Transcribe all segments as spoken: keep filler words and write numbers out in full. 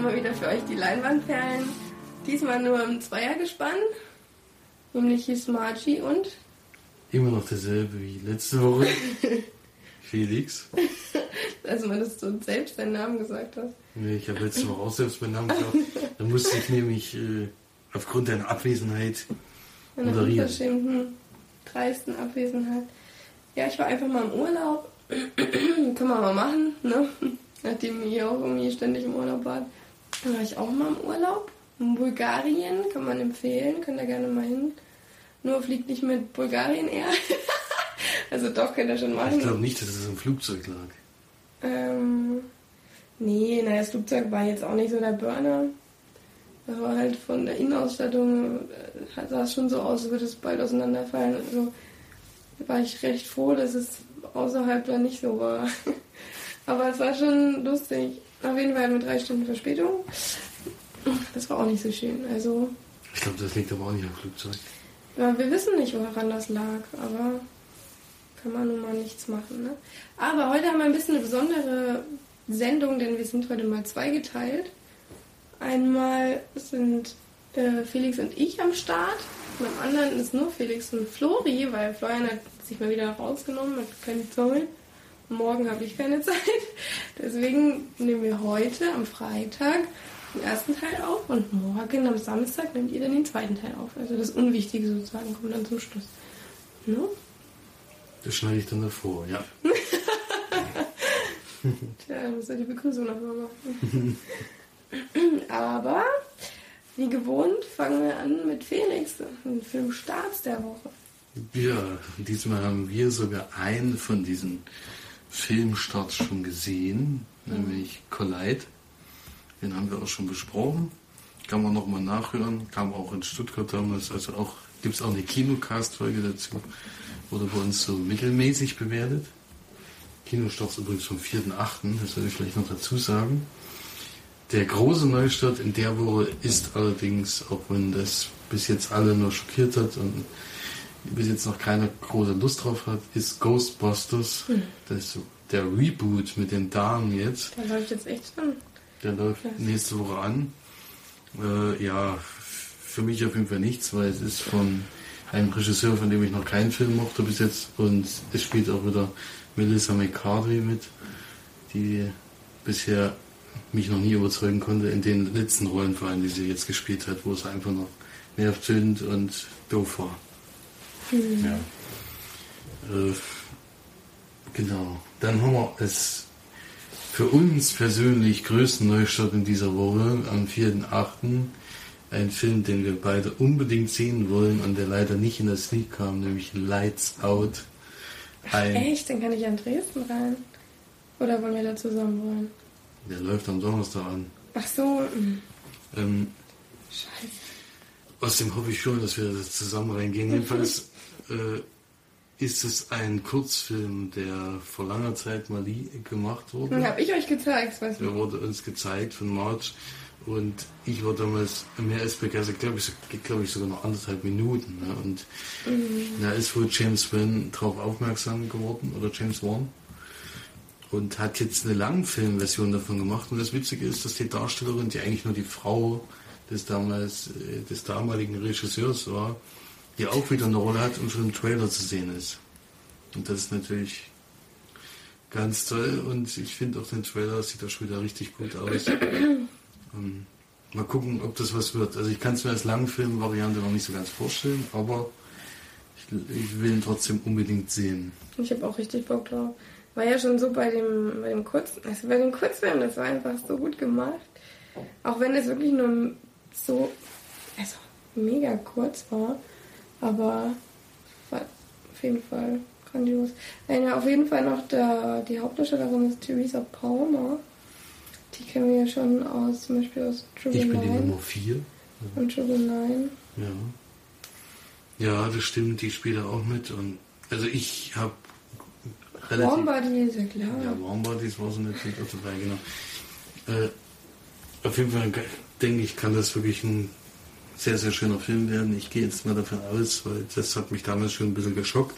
machen wir wieder für euch die Leinwandperlen. Diesmal nur im Zweiergespann. Nämlich hieß Margie und... Immer noch derselbe wie letzte Woche. Felix. Also, man das so selbst deinen Namen gesagt hast. Nee, ich habe letzte Woche auch selbst meinen Namen gesagt. Da musste ich nämlich äh, aufgrund deiner Abwesenheit Einer moderieren. unverschämten, dreisten Abwesenheit. Ja, ich war einfach mal im Urlaub. Können wir mal machen, ne? Nachdem ihr auch irgendwie ständig im Urlaub wart. Dann war ich auch mal im Urlaub. In Bulgarien, kann man empfehlen, könnt ihr gerne mal hin. Nur fliegt nicht mit Bulgarien Air. Also doch, könnt ihr schon machen. Ich glaube nicht, dass es im Flugzeug lag. Ähm, nee, naja, das Flugzeug war jetzt auch nicht so der Burner. Das war halt von der Innenausstattung, äh, sah es schon so aus, als würde es bald auseinanderfallen. Also war ich recht froh, dass es außerhalb da nicht so war. Aber es war schon lustig. Auf jeden Fall mit drei Stunden Verspätung. Das war auch nicht so schön. Also, ich glaube, das liegt aber auch nicht am Flugzeug. Ja, wir wissen nicht, woran das lag, aber kann man nun mal nichts machen. Ne? Aber heute haben wir ein bisschen eine besondere Sendung, denn wir sind heute mal zweigeteilt. Einmal sind äh, Felix und ich am Start. Beim anderen ist nur Felix und Flori, weil Florian hat sich mal wieder rausgenommen, hat keine Zeit. Morgen habe ich keine Zeit. Deswegen nehmen wir heute am Freitag den ersten Teil auf und morgen am Samstag nehmt ihr dann den zweiten Teil auf. Also das Unwichtige sozusagen kommt dann zum Schluss. No? Das schneide ich dann davor, ja. Tja, dann musst du die Begrüßung nochmal machen. Aber, wie gewohnt, fangen wir an mit Felix, dem Filmstarts der Woche. Ja, diesmal haben wir sogar einen von diesen Filmstarts schon gesehen, mhm. nämlich Collide. Den haben wir auch schon besprochen. Kann man nochmal nachhören. Kam auch in Stuttgart damals. Also auch gibt es auch eine Kinocast-Folge dazu. Wurde bei uns so mittelmäßig bewertet. Kinostart übrigens vom vierten achten Das soll ich vielleicht noch dazu sagen. Der große Neustart in der Woche ist allerdings, auch wenn das bis jetzt alle nur schockiert hat und bis jetzt noch keiner große Lust drauf hat, ist Ghostbusters. Hm. Das ist so der Reboot mit den Damen jetzt. Der läuft jetzt echt schon. Der läuft ja. nächste Woche an. Äh, ja, für mich auf jeden Fall nichts, weil es ist von einem Regisseur, von dem ich noch keinen Film mochte bis jetzt. Und es spielt auch wieder Melissa McCarthy mit, die bisher mich noch nie überzeugen konnte in den letzten Rollen, vor allem die sie jetzt gespielt hat, wo es einfach noch nervtötend und doof war. Mhm. Ja. Äh, genau. Dann haben wir es für uns persönlich größten Neustart in dieser Woche am vierten achten Ein Film, den wir beide unbedingt sehen wollen und der leider nicht in der Sneak kam, nämlich Lights Out. Ein Ach echt? Dann kann ich ja in Dresden rein. Oder wollen wir da zusammen wollen? Der läuft am Donnerstag an. Ach so. Ähm, Scheiße. Außerdem hoffe ich schon, dass wir da zusammen reingehen. Jedenfalls äh, ist es ein Kurzfilm, der vor langer Zeit mal gemacht wurde. Den habe ich euch gezeigt. Weiß der wurde uns gezeigt von March. Und ich war damals mehr als begeistert, glaube ich, glaub ich sogar noch anderthalb Minuten. Ne? Und mhm. da ist wohl James Wan drauf aufmerksam geworden, oder James Wan. Und hat jetzt eine Langfilmversion davon gemacht. Und das Witzige ist, dass die Darstellerin, die eigentlich nur die Frau des damals, des damaligen Regisseurs war, die auch wieder eine Rolle hat und schon im Trailer zu sehen ist. Und das ist natürlich ganz toll. Und ich finde auch den Trailer sieht auch schon wieder richtig gut aus. Um, mal gucken, ob das was wird. Also ich kann es mir als Langfilm-Variante noch nicht so ganz vorstellen, aber ich, ich will ihn trotzdem unbedingt sehen. Ich habe auch richtig Bock drauf. War ja schon so bei dem, bei dem Kurz, also bei dem Kurzfilm, das war einfach so gut gemacht. Auch wenn es wirklich nur so, also mega kurz war, aber war auf jeden Fall grandios. Ja, auf jeden Fall noch der, die Hauptdarstellerin ist Theresa Palmer. Die kennen wir ja schon aus, zum Beispiel aus Triple Nine. Ich bin die Nummer vier. Und Triple Nine. Ja. Ja, das stimmt, die spielt auch mit. Und also ich habe relativ... Warm Bodies, ja klar. Ja, Warm Bodies war so natürlich auch dabei, genau. Äh, auf jeden Fall denke ich, kann das wirklich ein sehr, sehr schöner Film werden. Ich gehe jetzt mal davon aus, weil das hat mich damals schon ein bisschen geschockt.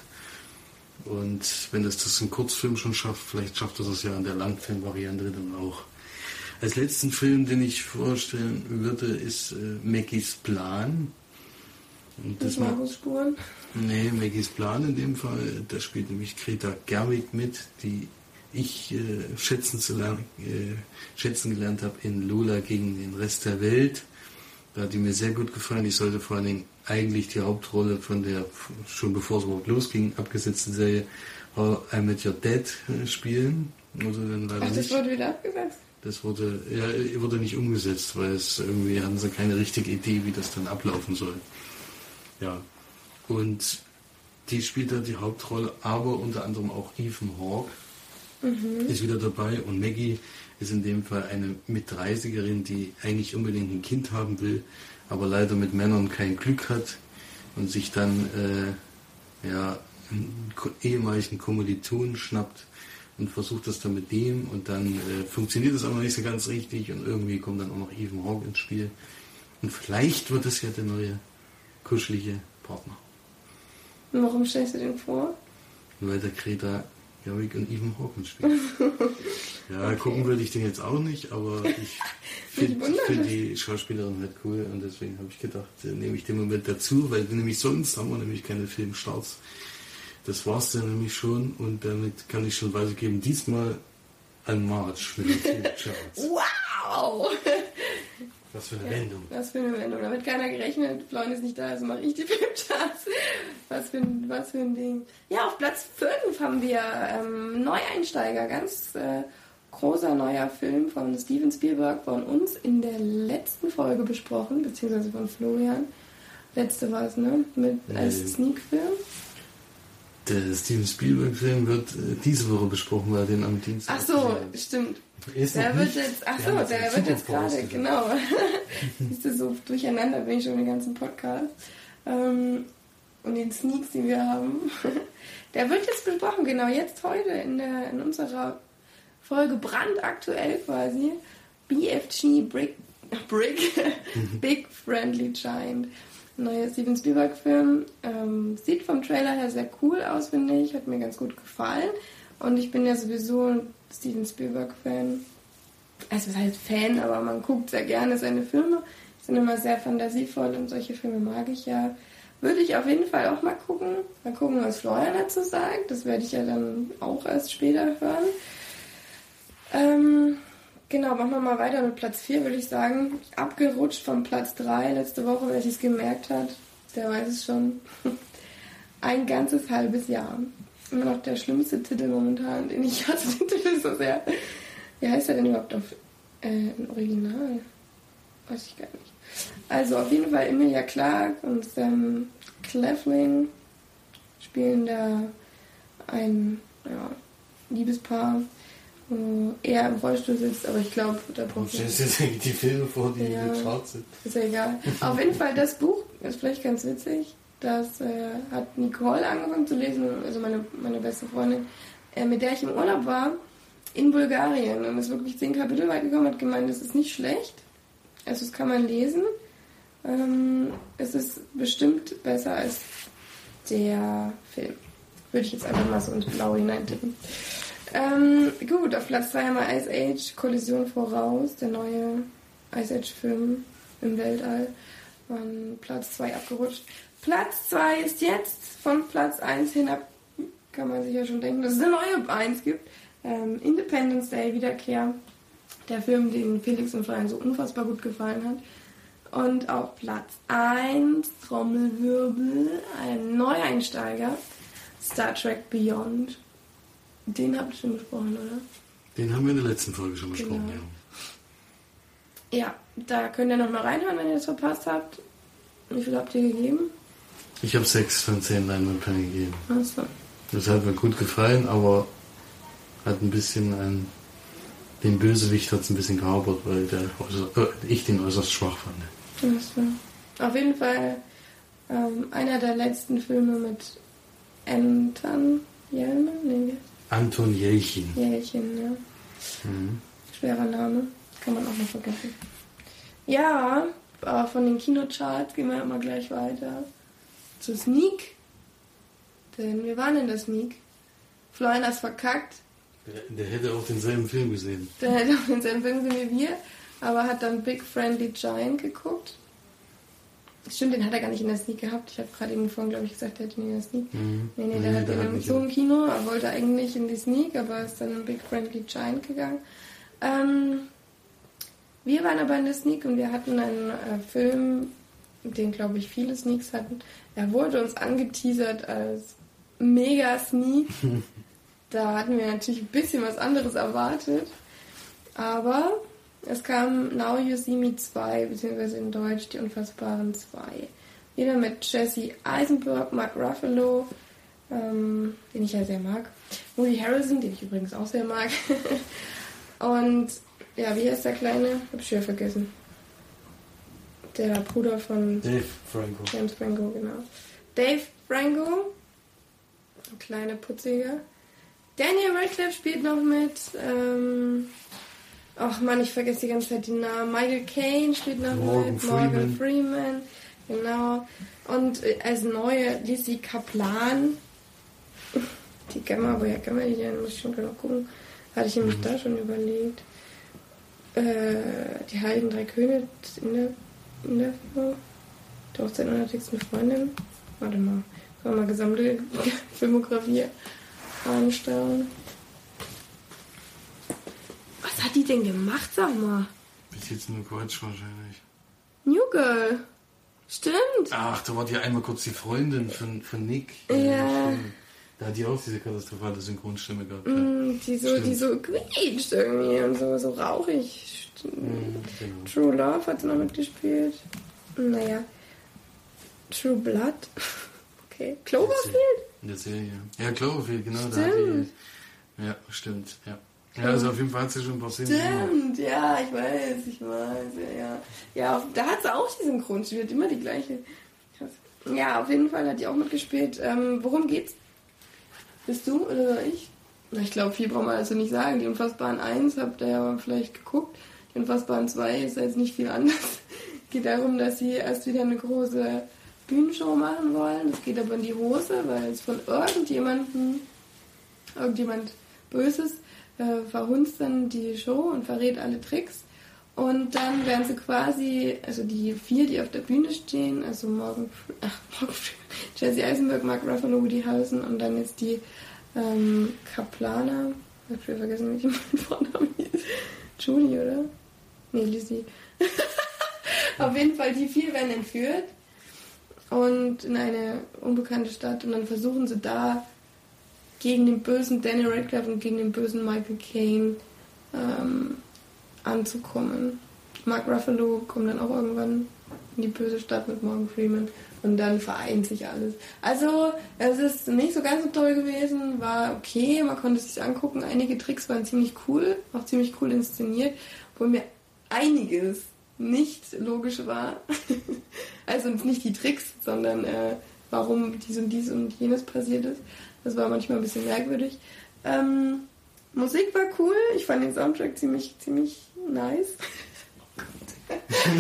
Und wenn das das im Kurzfilm schon schafft, vielleicht schafft das es ja in der Langfilm-Variante dann auch. als letzten Film, den ich vorstellen würde, ist äh, Maggies Plan. Und das Markus-Spuren? Nee, Maggies Plan in dem Fall. Da spielt nämlich Greta Gerwig mit, die ich äh, schätzen, zu lernen, äh, schätzen gelernt habe in Lola gegen den Rest der Welt. Da hat die mir sehr gut gefallen. Ich sollte vor allen Dingen eigentlich die Hauptrolle von der, schon bevor es überhaupt losging, abgesetzten Serie How I Met Your Dad äh, spielen. Also dann leider Ach, das nicht. wurde wieder abgesetzt? Das wurde, ja, wurde nicht umgesetzt, weil es irgendwie hatten sie keine richtige Idee, wie das dann ablaufen soll. Ja. Und die spielt da die Hauptrolle, aber unter anderem auch Ethan Hawke mhm. ist wieder dabei und Maggie ist in dem Fall eine Mit-dreißigerin, die eigentlich unbedingt ein Kind haben will, aber leider mit Männern kein Glück hat und sich dann äh, ja, einen ehemaligen Kommilitonen schnappt und versucht das dann mit dem und dann äh, funktioniert das aber nicht so ganz richtig und irgendwie kommt dann auch noch Ethan Hawke ins Spiel und vielleicht wird das ja der neue kuschelige Partner. Und warum stellst du den vor? Weil der Greta Gerwig und Ethan Hawke mitspielen. Ja, okay. Gucken würde ich den jetzt auch nicht, aber ich finde find die Schauspielerin halt cool und deswegen habe ich gedacht, äh, nehme ich den Moment dazu, weil nämlich sonst haben wir nämlich keine Filmstarts. Das war's dann nämlich schon und damit kann ich schon weitergeben. Diesmal an March mit den Filmcharts. Wow! Was für eine ja, Wendung. Was für eine Wendung. Damit keiner gerechnet. Florian ist nicht da, also mache ich die Filmcharts. Was für ein, was für ein Ding. Ja, auf Platz fünf haben wir ähm, Neueinsteiger. Ganz äh, großer neuer Film von Steven Spielberg, von uns in der letzten Folge besprochen, beziehungsweise von Florian. Letzte war es, ne? Mit als äh, Sneak-Film. Der Steven Spielberg-Film wird äh, diese Woche besprochen, weil den am Dienstag. Ach so, stimmt. Der wird jetzt, ach so, der, der wird jetzt gerade, genau. Siehst du, so durcheinander bin ich schon den ganzen Podcast. Ähm, und den Sneaks, die wir haben. Der wird jetzt besprochen, genau jetzt heute in, der, in unserer Folge brandaktuell quasi. B F G Brick, Brick Big Friendly Giant. Neuer Steven Spielberg-Film. Ähm, sieht vom Trailer her sehr cool aus, finde ich. Hat mir ganz gut gefallen. Und ich bin ja sowieso ein Steven Spielberg-Fan. Also was heißt Fan, aber man guckt sehr gerne seine Filme. Sind immer sehr fantasievoll und solche Filme mag ich ja. Würde ich auf jeden Fall auch mal gucken. Mal gucken, was Florian dazu sagt. Das werde ich ja dann auch erst später hören. Ähm, genau, machen wir mal weiter mit Platz vier, würde ich sagen. Abgerutscht von Platz drei letzte Woche, wer sich es gemerkt hat, der weiß es schon. Ein ganzes halbes Jahr. Immer noch der schlimmste Titel momentan, den ich hatte. Den Titel so sehr. Wie heißt er denn überhaupt auf äh, im Original? Weiß ich gar nicht. Also auf jeden Fall Emilia Clarke und Sam Claflin spielen da ein ja, Liebespaar, wo er im Rollstuhl sitzt, aber ich glaube, da braucht man... Stellst du jetzt die Filme vor, die ja, geschaut sind? Ist ja egal. Auf jeden Fall, das Buch ist vielleicht ganz witzig. Das äh, hat Nicole angefangen zu lesen, also meine, meine beste Freundin, äh, mit der ich im Urlaub war, in Bulgarien. Und ist wirklich zehn Kapitel weit gekommen, hat gemeint, das ist nicht schlecht. Also das kann man lesen. Ähm, es ist bestimmt besser als der Film. Würde ich jetzt einfach mal so ins Blaue hineintippen. Ähm, gut, auf Platz zwei haben wir Ice Age, Kollision voraus, der neue Ice Age Film im Weltall. Von Platz zwei abgerutscht. Platz zwei ist jetzt von Platz eins hinab, kann man sich ja schon denken, dass es eine neue eins gibt. Ähm, Independence Day, Wiederkehr. Der Film, den Felix und Florian so unfassbar gut gefallen hat. Und auf Platz eins, Trommelwirbel, ein Neueinsteiger, Star Trek Beyond. Den habt ihr schon besprochen, oder? Den haben wir in der letzten Folge schon besprochen, genau. ja. Ja, da könnt ihr nochmal reinhören, wenn ihr das verpasst habt. Wie viel habt ihr gegeben? Ich habe sechs von zehn Leinwandperlen gegeben. Ach so. Das hat mir gut gefallen, aber hat ein bisschen ein... Den Bösewicht hat es ein bisschen gehapert, weil der äußerst, äh, ich den äußerst schwach fand. Also, auf jeden Fall ähm, einer der letzten Filme mit Anton Jelmer? Nee, Anton Jelchin. Jelchin, ja. Mhm. Schwerer Name, kann man auch noch vergessen. Ja, aber von den Kinocharts gehen wir immer gleich weiter zu Sneak. Denn wir waren in der Sneak. Florian hat's verkackt. Der, der hätte auch denselben Film gesehen. Der hätte auch denselben Film gesehen wie wir, aber hat dann Big Friendly Giant geguckt. Stimmt, den hat er gar nicht in der Sneak gehabt. Ich habe gerade eben vorhin, glaube ich, gesagt, er hat ihn in der Sneak. Mhm. Nee, nee, der nee, hat den im Zoo im Kino. Er wollte eigentlich in die Sneak, aber ist dann in Big Friendly Giant gegangen. Ähm, wir waren aber in der Sneak und wir hatten einen äh, Film, den, glaube ich, viele Sneaks hatten. Er wurde uns angeteasert als mega Sneak. Da hatten wir natürlich ein bisschen was anderes erwartet. Aber es kam Now You See Me zwei, beziehungsweise in Deutsch Die Unfassbaren zwei. Wieder mit Jesse Eisenberg, Mark Ruffalo, ähm, den ich ja sehr mag. Woody Harrelson, den ich übrigens auch sehr mag. Und, ja, wie heißt der Kleine? Hab ich schon vergessen. Der Bruder von Dave Franco. James Franco, genau. Dave Franco, ein kleiner Putziger. Daniel Radcliffe spielt noch mit. Ähm, ach Mann, ich vergesse die ganze Zeit die Namen. Michael Caine spielt noch Morgan mit. Freeman. Morgan Freeman. Genau. Und als neue Lizzie Kaplan. Die Gamma, woher kann man die denn? Muss ich schon genau gucken. Hatte ich nämlich mhm. da schon überlegt. Äh, die Heiligen Drei Könige in der, in der der Hochzeit meiner texten Freundin. Warte mal. Kann man mal gesamte Filmografie anschauen. Was hat die denn gemacht, sag mal? Bis jetzt nur Quatsch wahrscheinlich. New Girl. Stimmt. Ach, da war die einmal kurz die Freundin von, von Nick. Ja. ja da hat die auch diese katastrophale Synchronstimme gehabt. Ja. Mm, die so, die so quietscht irgendwie und so, so rauchig. Mm, genau. True Love hat sie noch mitgespielt. Naja. True Blood. Okay. Cloverfield? In der Serie. Ja, Cloverfield, genau. Stimmt. Da hat die, ja, stimmt. Ja. Ja, also auf jeden Fall hat sie schon ein paar Szenen. Stimmt, ja, ich weiß, ich weiß, ja, ja. Ja, auf, da hat sie auch die Synchronstimme, hat immer die gleiche. Krass. Ja, auf jeden Fall hat die auch mitgespielt. Ähm, worum geht's? Bist du oder ich? Na, ich glaube, viel brauchen wir also nicht sagen. Die Unfassbaren eins habt ihr ja vielleicht geguckt. Die Unfassbaren zwei ist jetzt nicht viel anders. Geht darum, dass sie erst wieder eine große Bühnenshow machen wollen. Das geht aber in die Hose, weil es von irgendjemandem, irgendjemand Böses, äh, verhunzt dann die Show und verrät alle Tricks. Und dann werden sie quasi, also die vier, die auf der Bühne stehen, also Morgan, ach, Morgan, Jesse Eisenberg, Mark Ruffalo, Woody Harrelson und dann jetzt die ähm, Kaplaner, ich hab schon vergessen, wie ich meinen Vornamen hieß. Julie, oder? Nee, Lizzie. Auf jeden Fall, die vier werden entführt und in eine unbekannte Stadt und dann versuchen sie da gegen den bösen Daniel Radcliffe und gegen den bösen Michael Caine ähm, anzukommen. Mark Ruffalo kommt dann auch irgendwann in die böse Stadt mit Morgan Freeman und dann vereint sich alles. Also es ist nicht so ganz so toll gewesen, war okay, man konnte es sich angucken. Einige Tricks waren ziemlich cool, auch ziemlich cool inszeniert, wo mir einiges nicht logisch war. Also nicht die Tricks, sondern äh, warum dies und dies und jenes passiert ist. Das war manchmal ein bisschen merkwürdig. Ähm, Musik war cool. Ich fand den Soundtrack ziemlich, ziemlich nice. Oh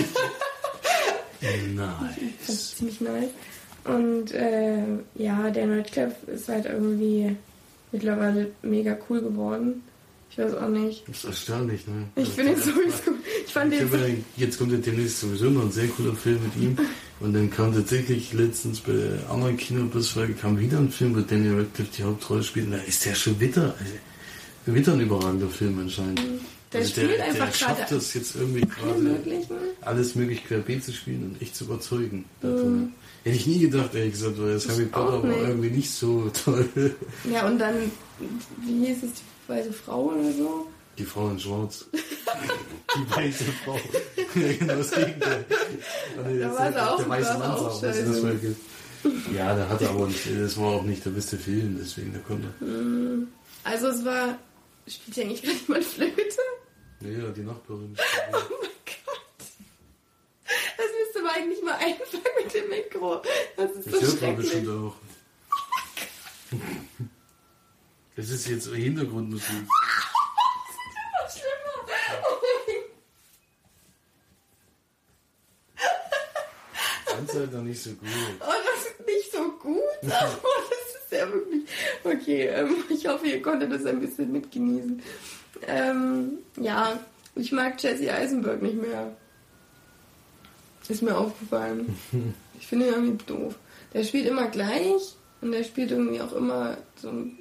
nice. Ziemlich nice. Und äh, ja, Dan Radcliffe ist halt irgendwie mittlerweile mega cool geworden. Ich weiß auch nicht. Das ist erstaunlich, ne? Ich finde ihn sowieso gut. Ich fand ich den so ja, jetzt kommt ja demnächst sowieso noch ein sehr cooler Film mit ihm. Und dann kam tatsächlich letztens bei anderen Kinobusfolge kam wieder ein Film, wo Daniel Radcliffe die Hauptrolle spielt. Und da ist der schon wieder, also, wieder ein überragender Film anscheinend. Der also spielt der, einfach der schafft gerade das jetzt irgendwie gerade alles möglich querbeet zu spielen und echt zu überzeugen. Mhm. Hätte ich nie gedacht, ehrlich gesagt, weil das Harry Potter war irgendwie nicht so toll. Ja, und dann, wie hieß es, die weiße Frau oder so? Die Frau in Schwarz. Die weiße Frau. Ja, genau das Gegenteil. Da war er auch der weiße Mann auch das Ja, der hatte aber nicht, das war auch nicht der beste Film, deswegen der konnte. Also es war, spielt ja eigentlich gerade jemand Flöte? Ja, die Nachbarin. Oh mein Gott. Das müsste man eigentlich mal einfangen mit dem Mikro. Das ist das so hört man schrecklich. bestimmt auch. Oh das ist jetzt Hintergrundmusik. Das ist immer schlimmer. Oh Das ist halt noch nicht so gut. Oh, das ist nicht so gut. Aber das ist ja wirklich Okay, ähm, ich hoffe, ihr konntet das ein bisschen mitgenießen. Ähm, ja, ich mag Jesse Eisenberg nicht mehr. Ist mir aufgefallen. Ich finde ihn irgendwie doof. Der spielt immer gleich und der spielt irgendwie auch immer so ein...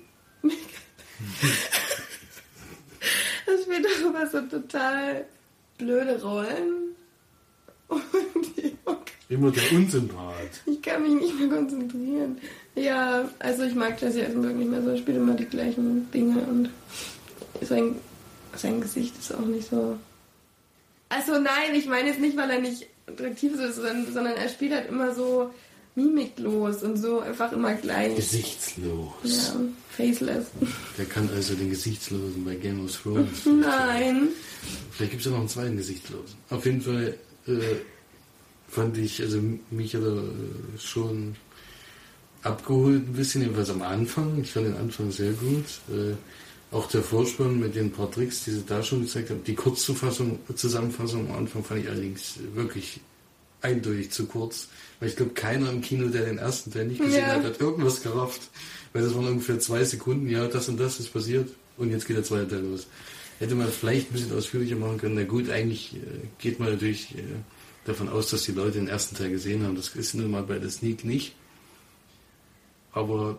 Er spielt auch immer so total blöde Rollen. Und immer der Unsympath. Ich kann mich nicht mehr konzentrieren. Ja, also ich mag Jesse Eisenberg nicht mehr so. Er spielt immer die gleichen Dinge und sein, sein Gesicht ist auch nicht so... Also nein, ich meine jetzt nicht, weil er nicht attraktiv ist, sondern, sondern er spielt halt immer so mimiklos und so einfach immer gleich. Gesichtslos. Ja, faceless. Der kann also den Gesichtslosen bei Game of Thrones. Nein. Vielleicht gibt es ja noch einen zweiten Gesichtslosen. Auf jeden Fall äh, fand ich, also mich hat er äh, schon abgeholt ein bisschen, jedenfalls am Anfang. Ich fand den Anfang sehr gut. Äh, auch der Vorspann mit den paar Tricks, die sie da schon gezeigt haben. Die Kurzzufassung, Zusammenfassung am Anfang fand ich allerdings wirklich eindeutig zu kurz. Weil ich glaube, keiner im Kino, der den ersten Teil nicht gesehen ja. hat, hat irgendwas gerafft. Weil das waren ungefähr zwei Sekunden, ja, das und das ist passiert und jetzt geht der zweite Teil los. Hätte man vielleicht ein bisschen ausführlicher machen können. Na gut, eigentlich äh, geht man natürlich äh, davon aus, dass die Leute den ersten Teil gesehen haben. Das ist nun mal bei der Sneak nicht. Aber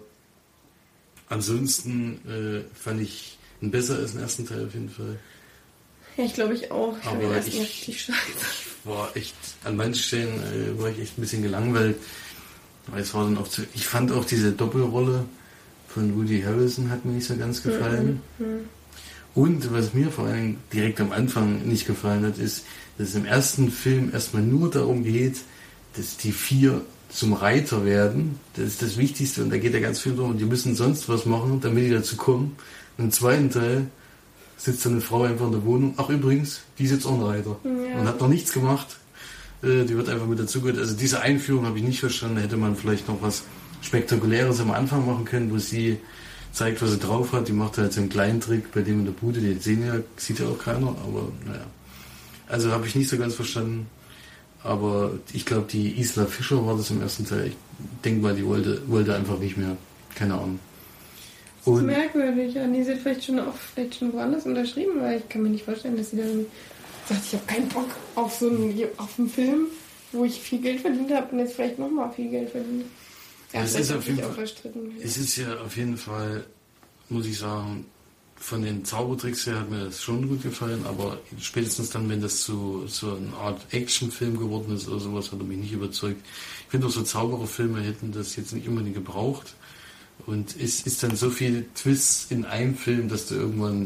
ansonsten äh, fand ich ihn besser als den ersten Teil auf jeden Fall. Ja, ich glaube ich auch. Ich Aber ich, richtig scheiße. ich war echt, an manchen Stellen äh, war ich echt ein bisschen gelangweilt. Weil es war dann auch zu, ich fand auch diese Doppelrolle von Woody Harrelson hat mir nicht so ganz gefallen. Mhm. Mhm. Und was mir vor allem direkt am Anfang nicht gefallen hat, ist, dass es im ersten Film erstmal nur darum geht, dass die vier zum Reiter werden. Das ist das Wichtigste und da geht ja ganz viel drum. Und die müssen sonst was machen, damit die dazu kommen. Und im zweiten Teil sitzt dann eine Frau einfach in der Wohnung. Ach übrigens, die ist jetzt auch ein Reiter. Ja. Und hat noch nichts gemacht. Äh, die wird einfach mit dazugehört. Also diese Einführung habe ich nicht verstanden. Da hätte man vielleicht noch was Spektakuläres am Anfang machen können, wo sie zeigt, was sie drauf hat. Die macht halt so einen kleinen Trick bei dem in der Bude. Den sehen ja, sieht ja auch keiner. Aber naja. Also habe ich nicht so ganz verstanden. Aber ich glaube, die Isla Fischer war das im ersten Teil. Ich denke mal, die wollte, wollte einfach nicht mehr. Keine Ahnung. Das ist merkwürdig. Ja, die sind vielleicht schon, auch, vielleicht schon woanders unterschrieben, weil ich kann mir nicht vorstellen, dass sie dann sagt, ich habe keinen Bock auf so einen, auf einen Film, wo ich viel Geld verdient habe und jetzt vielleicht nochmal viel Geld verdiene. Ja, es ist auf jeden Fall, verstritten. Es ist ja auf jeden Fall, muss ich sagen, von den Zaubertricks her hat mir das schon gut gefallen, aber spätestens dann, wenn das so, so eine Art Actionfilm geworden ist oder sowas, hat er mich nicht überzeugt. Ich finde auch so Zaubererfilme hätten das jetzt nicht unbedingt gebraucht. Und es ist dann so viel Twists in einem Film, dass du irgendwann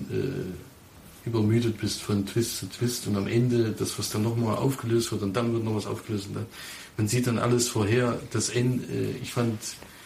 äh, übermüdet bist von Twist zu Twist und am Ende das, was dann nochmal aufgelöst wird und dann wird noch was aufgelöst. Und dann, man sieht dann alles vorher. Das End, äh, ich fand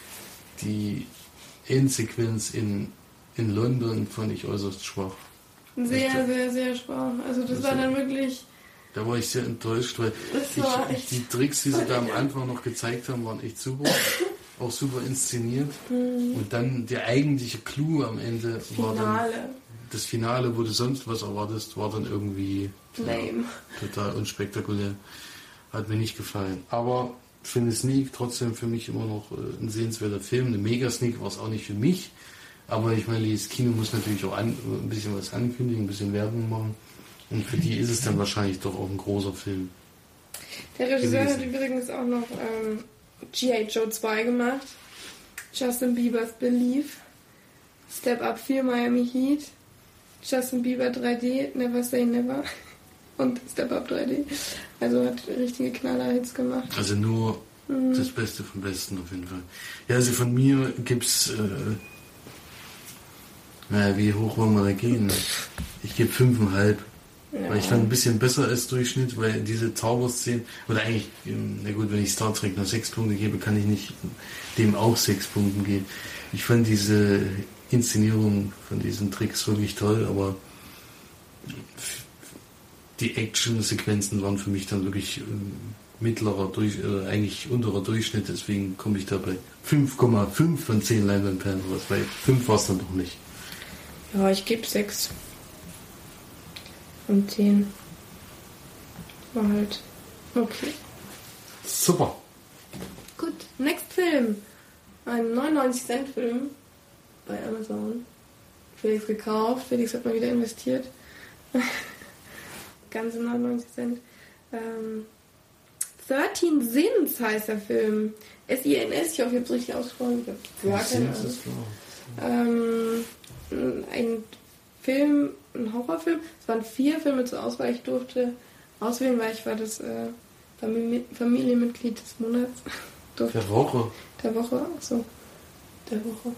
die Endsequenz in, in London fand ich äußerst schwach. Sehr, also, sehr, sehr schwach. Also das also, war dann wirklich... Da war ich sehr enttäuscht, weil ich, die Tricks, die sie da am Anfang noch gezeigt haben, waren echt super. Auch super inszeniert. Mhm. Und dann der eigentliche Clou am Ende Finale. war dann das Finale, wo du sonst was erwartest, war dann irgendwie lame. Ja, total unspektakulär. Hat mir nicht gefallen. Aber für eine Sneak trotzdem für mich immer noch ein sehenswerter Film. Eine Mega-Sneak war es auch nicht für mich. Aber ich meine, das Kino muss natürlich auch an, ein bisschen was ankündigen, ein bisschen Werbung machen. Und für die ist es dann wahrscheinlich doch auch ein großer Film. Der Regisseur gewesen. Hat übrigens auch noch ähm, G I Joe zwei gemacht, Justin Bieber's Believe, Step Up vier Miami Heat, Justin Bieber drei D, Never Say Never und Step Up drei D. Also hat richtige Knaller-Hits gemacht. Also nur mhm. das Beste vom Besten auf jeden Fall. Ja, also von mir gibt's, äh, naja, wie hoch wollen wir da gehen? Ich gebe fünfeinhalb. Ja. Weil ich fand ein bisschen besser als Durchschnitt, weil diese Zauberszenen, oder eigentlich, na gut, wenn ich Star Trek nur sechs Punkte gebe, kann ich nicht dem auch sechs Punkte geben. Ich fand diese Inszenierung von diesen Tricks wirklich toll, aber die Action-Sequenzen waren für mich dann wirklich mittlerer, durch, äh, eigentlich unterer Durchschnitt, deswegen komme ich da bei fünf Komma fünf von zehn Leinwandperlen raus, weil fünf war es dann doch nicht. Ja, ich gebe sechs. Und zehn. War halt okay. Super. Gut, next Film. Ein neunundneunzig Cent Film. bei Amazon. Felix gekauft, Felix hat mal wieder investiert. Ganze neunundneunzig Cent. Ähm, thirteen Sins heißt der Film. S I N S, ich hoffe, ich habe es richtig ausgesprochen. Ich habe keine Ahnung. Ähm, ein Film, ein Horrorfilm. Es waren vier Filme zur Auswahl. Ich durfte auswählen, weil ich war das äh, Familie, Familienmitglied des Monats. Durfte, der Woche. Der Woche, achso. Der Woche.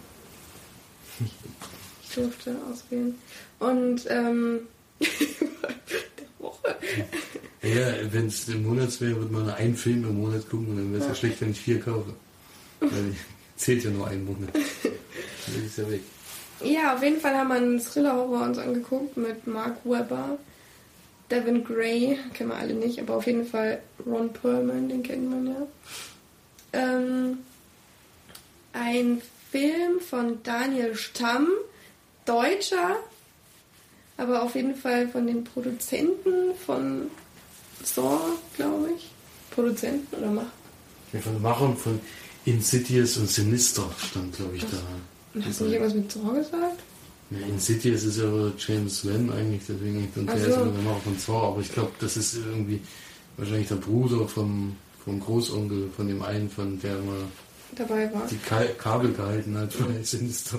Ich durfte auswählen. Und, ähm, der Woche. Ja, wenn es im Monat wäre, würde man einen Film im Monat gucken und dann wäre es ja. ja schlecht, wenn ich vier kaufe. Weil zählt ja nur einen Monat. Dann ist ja weg. Ja, auf jeden Fall haben wir einen Thriller-Horror uns angeguckt mit Mark Webber, Devin Gray, kennen wir alle nicht, aber auf jeden Fall Ron Perlman, den kennt man ja. Ähm, ein Film von Daniel Stamm, Deutscher, aber auf jeden Fall von den Produzenten von Saw, glaube ich. Produzenten oder Macher? Ja, von Machern von Insidious und Sinister stand, glaube ich, Was? da. Und hast du nicht irgendwas mit Saw gesagt? Ja, Insidious ist ja James Wan eigentlich, deswegen, und der so. Ist immer der Macher von Saw, aber ich glaube, das ist irgendwie wahrscheinlich der Bruder vom, vom Großonkel, von dem einen, von der immer dabei war. Die Ka- Kabel gehalten hat von mhm. Sinister.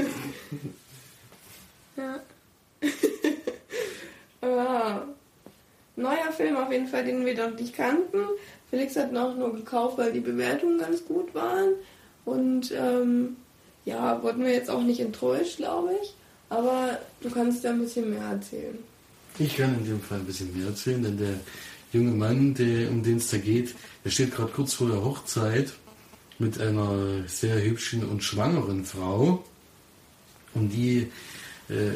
Ja. Ja. Neuer Film auf jeden Fall, den wir noch nicht kannten. Felix hat ihn auch nur gekauft, weil die Bewertungen ganz gut waren. Und ähm, ja, wurden wir jetzt auch nicht enttäuscht, glaube ich. Aber du kannst da ein bisschen mehr erzählen. Ich kann in dem Fall ein bisschen mehr erzählen, denn der junge Mann, der, um den es da geht, der steht gerade kurz vor der Hochzeit mit einer sehr hübschen und schwangeren Frau. Und die, äh,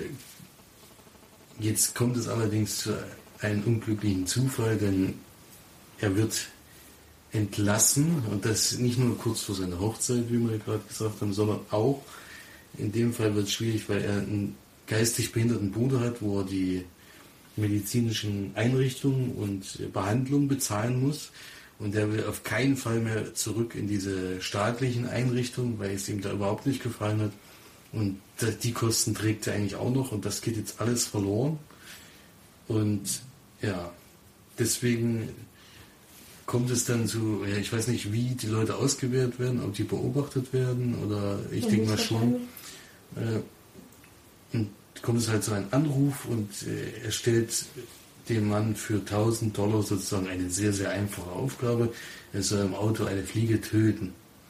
jetzt kommt es allerdings zu einem unglücklichen Zufall, denn er wird entlassen, und das nicht nur kurz vor seiner Hochzeit, wie wir gerade gesagt haben, sondern auch, in dem Fall wird es schwierig, weil er einen geistig behinderten Bruder hat, wo er die medizinischen Einrichtungen und Behandlungen bezahlen muss. Und er will auf keinen Fall mehr zurück in diese staatlichen Einrichtungen, weil es ihm da überhaupt nicht gefallen hat. Und die Kosten trägt er eigentlich auch noch, und das geht jetzt alles verloren. Und ja, deswegen kommt es dann zu, ja, ich weiß nicht, wie die Leute ausgewählt werden, ob die beobachtet werden, oder ich denke mal schon. Äh, und kommt es halt zu einem Anruf, und äh, er stellt dem Mann für tausend Dollar sozusagen eine sehr, sehr einfache Aufgabe. Er soll im Auto eine Fliege töten.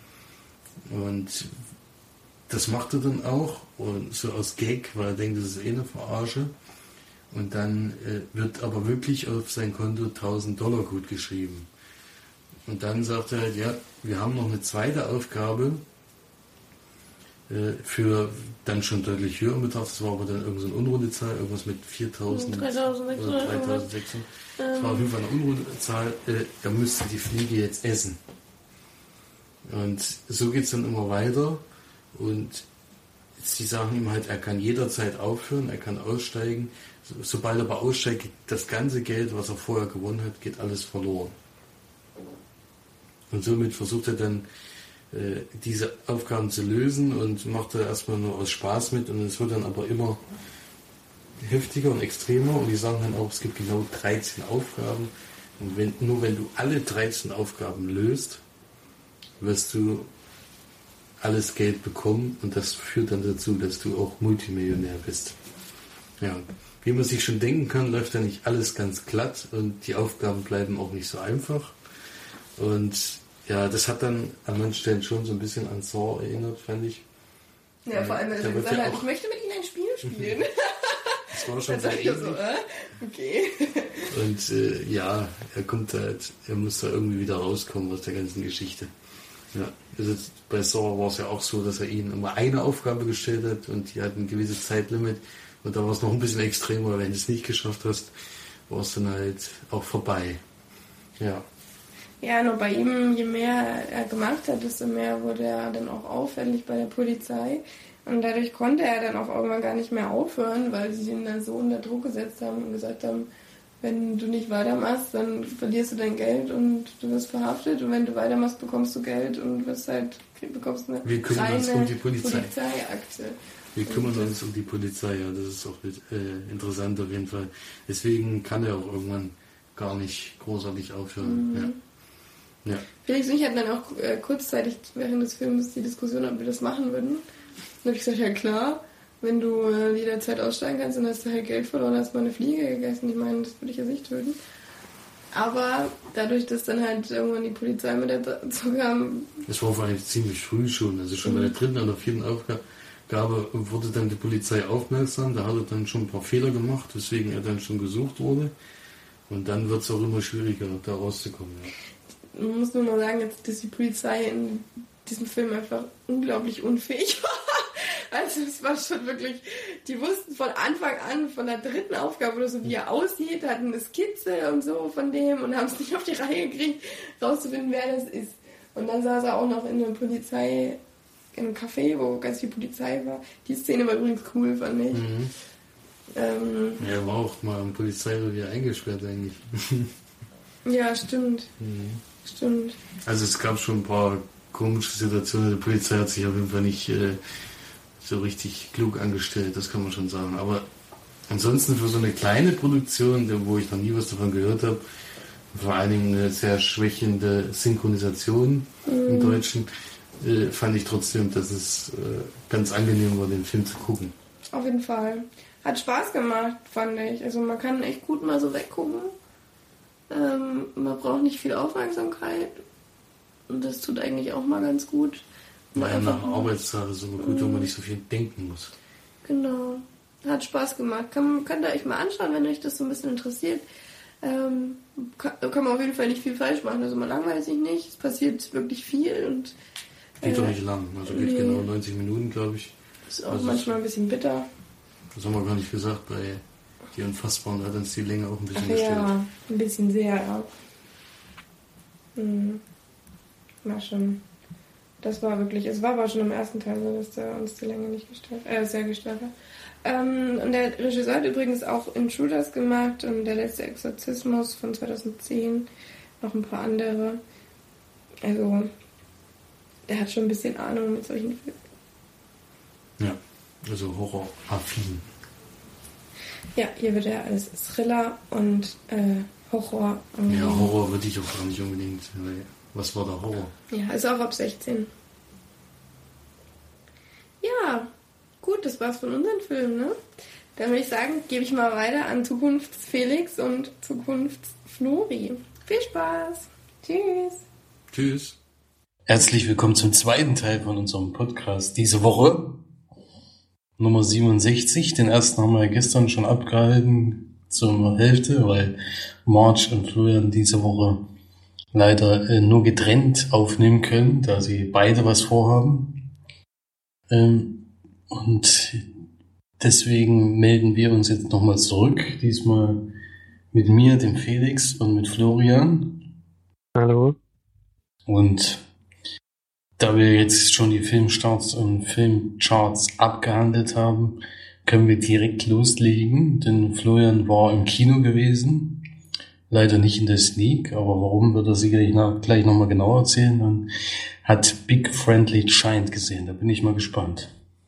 Und das macht er dann auch, und so aus Gag, weil er denkt, das ist eh eine Verarsche. Und dann äh, wird aber wirklich auf sein Konto tausend Dollar gut geschrieben. Und dann sagt er halt, ja, wir haben noch eine zweite Aufgabe äh, für dann schon deutlich höheren Betrag. Das war aber dann irgendeine so unrunde Zahl, irgendwas mit viertausend oder dreitausendsechshundert. Das war auf jeden Fall eine unrunde Zahl. Äh, er müsste die Fliege jetzt essen. Und so geht es dann immer weiter. Und sie sagen ihm halt, er kann jederzeit aufhören, er kann aussteigen. Sobald er aber aussteigt, geht das ganze Geld, was er vorher gewonnen hat, geht alles verloren. Und somit versucht er dann, äh, diese Aufgaben zu lösen, und macht er erstmal nur aus Spaß mit, und es wird dann aber immer heftiger und extremer, und die sagen dann auch, es gibt genau dreizehn Aufgaben, und wenn, nur wenn du alle dreizehn Aufgaben löst, wirst du alles Geld bekommen, und das führt dann dazu, dass du auch Multimillionär bist. Ja, wie man sich schon denken kann, läuft ja nicht alles ganz glatt, und die Aufgaben bleiben auch nicht so einfach. Und ja, das hat dann an manchen Stellen schon so ein bisschen an Saw erinnert, fand ich. Ja, vor allem, wenn er gesagt hat, ich möchte mit Ihnen ein Spiel spielen. Das war schon sehr ähnlich. So, äh? Okay. Und äh, ja, er kommt halt, er muss da irgendwie wieder rauskommen aus der ganzen Geschichte. Ja, also bei Saw war es ja auch so, dass er ihnen immer eine Aufgabe gestellt hat, und die hat ein gewisses Zeitlimit, und da war es noch ein bisschen extremer, wenn du es nicht geschafft hast, war es dann halt auch vorbei. Ja. Ja, nur bei ihm, je mehr er gemacht hat, desto mehr wurde er dann auch auffällig bei der Polizei, und dadurch konnte er dann auch irgendwann gar nicht mehr aufhören, weil sie ihn dann so unter Druck gesetzt haben und gesagt haben, wenn du nicht weitermachst, dann verlierst du dein Geld und du wirst verhaftet. Und wenn du weitermachst, bekommst du Geld und wirst halt, bekommst eine Wir kümmern uns um die Polizei. Polizeiakte. Wir kümmern uns um die Polizei, ja, das ist auch äh, interessant auf jeden Fall. Deswegen kann er auch irgendwann gar nicht großartig aufhören. Mhm. Ja. Ja. Felix und ich hatten dann auch äh, kurzzeitig während des Films die Diskussion, ob wir das machen würden. Dann habe ich gesagt, ja klar, wenn du äh, jederzeit aussteigen kannst, dann hast du halt Geld verloren, hast mal eine Fliege gegessen. Ich meine, das würde ich ja nicht töten. Aber dadurch, dass dann halt irgendwann die Polizei mit dazu kam... Das war vor allem ziemlich früh schon, also schon mhm. bei der dritten oder vierten Aufgabe wurde dann die Polizei aufmerksam, da hat er dann schon ein paar Fehler gemacht, weswegen er dann schon gesucht wurde. Und dann wird es auch immer schwieriger, da rauszukommen. Ja. Man muss nur mal sagen, dass die Polizei in diesem Film einfach unglaublich unfähig war. Also es war schon wirklich, die wussten von Anfang an, von der dritten Aufgabe oder so, wie er aussieht, hatten eine Skizze und so von dem und haben es nicht auf die Reihe gekriegt, rauszufinden, wer das ist. Und dann saß er auch noch in der Polizei, in einem Café, wo ganz viel Polizei war. Die Szene war übrigens cool, fand ich. Mhm. Ähm, er war auch mal im Polizeirevier eingesperrt eigentlich. Ja, stimmt. Mhm. Stimmt. Also es gab schon ein paar komische Situationen. Die Polizei hat sich auf jeden Fall nicht äh, so richtig klug angestellt, das kann man schon sagen. Aber ansonsten für so eine kleine Produktion, wo ich noch nie was davon gehört habe, vor allen Dingen eine sehr schwächende Synchronisation mhm. im Deutschen, äh, fand ich trotzdem, dass es äh, ganz angenehm war, den Film zu gucken. Auf jeden Fall. Hat Spaß gemacht, fand ich. Also man kann echt gut mal so weggucken. Ähm, man braucht nicht viel Aufmerksamkeit. Und das tut eigentlich auch mal ganz gut. Naja, nach Arbeitstag ist es immer gut, mm. wenn man nicht so viel denken muss. Genau. Hat Spaß gemacht. Kann, könnt ihr euch mal anschauen, wenn euch das so ein bisschen interessiert. Ähm, kann, kann man auf jeden Fall nicht viel falsch machen. Also man langweilt sich nicht. Es passiert wirklich viel. Und geht doch nicht lang. Also geht nee. genau neunzig Minuten, glaube ich. Ist auch also manchmal ein bisschen bitter. Das haben wir gar nicht gesagt. Bei Die Unfassbaren hat uns die Länge auch ein bisschen Ach gestört. Ja, ein bisschen sehr, ja. Hm. War schon. Das war wirklich, es war aber schon im ersten Teil so, dass der uns die Länge nicht gestört, äh, sehr gestört hat. Ähm, und der Regisseur hat übrigens auch Intruders gemacht und Der letzte Exorzismus von zweitausendzehn, noch ein paar andere. Also, der hat schon ein bisschen Ahnung mit solchen Filmen. Ja, also horroraffin. Ja, hier wird er als Thriller und äh, Horror angegeben. Ja, Horror würde ich auch gar nicht unbedingt. Was war der Horror? Ja, ist auch ab sechzehn. Ja, gut, das war's von unseren Filmen, ne? Dann würde ich sagen, gebe ich mal weiter an Zukunftsfelix und Zukunftsflori. Viel Spaß. Tschüss. Tschüss. Herzlich willkommen zum zweiten Teil von unserem Podcast diese Woche. Nummer siebenundsechzig. Den ersten haben wir gestern schon abgehalten zur Hälfte, weil Marge und Florian diese Woche leider äh, nur getrennt aufnehmen können, da sie beide was vorhaben. Ähm, und deswegen melden wir uns jetzt nochmal zurück, diesmal mit mir, dem Felix und mit Florian. Hallo. Und da wir jetzt schon die Filmstarts und Filmcharts abgehandelt haben, können wir direkt loslegen, denn Florian war im Kino gewesen. Leider nicht in der Sneak, aber warum, wird er sicherlich nach, gleich nochmal genau erzählen, und hat Big Friendly Giant gesehen. Da bin ich mal gespannt.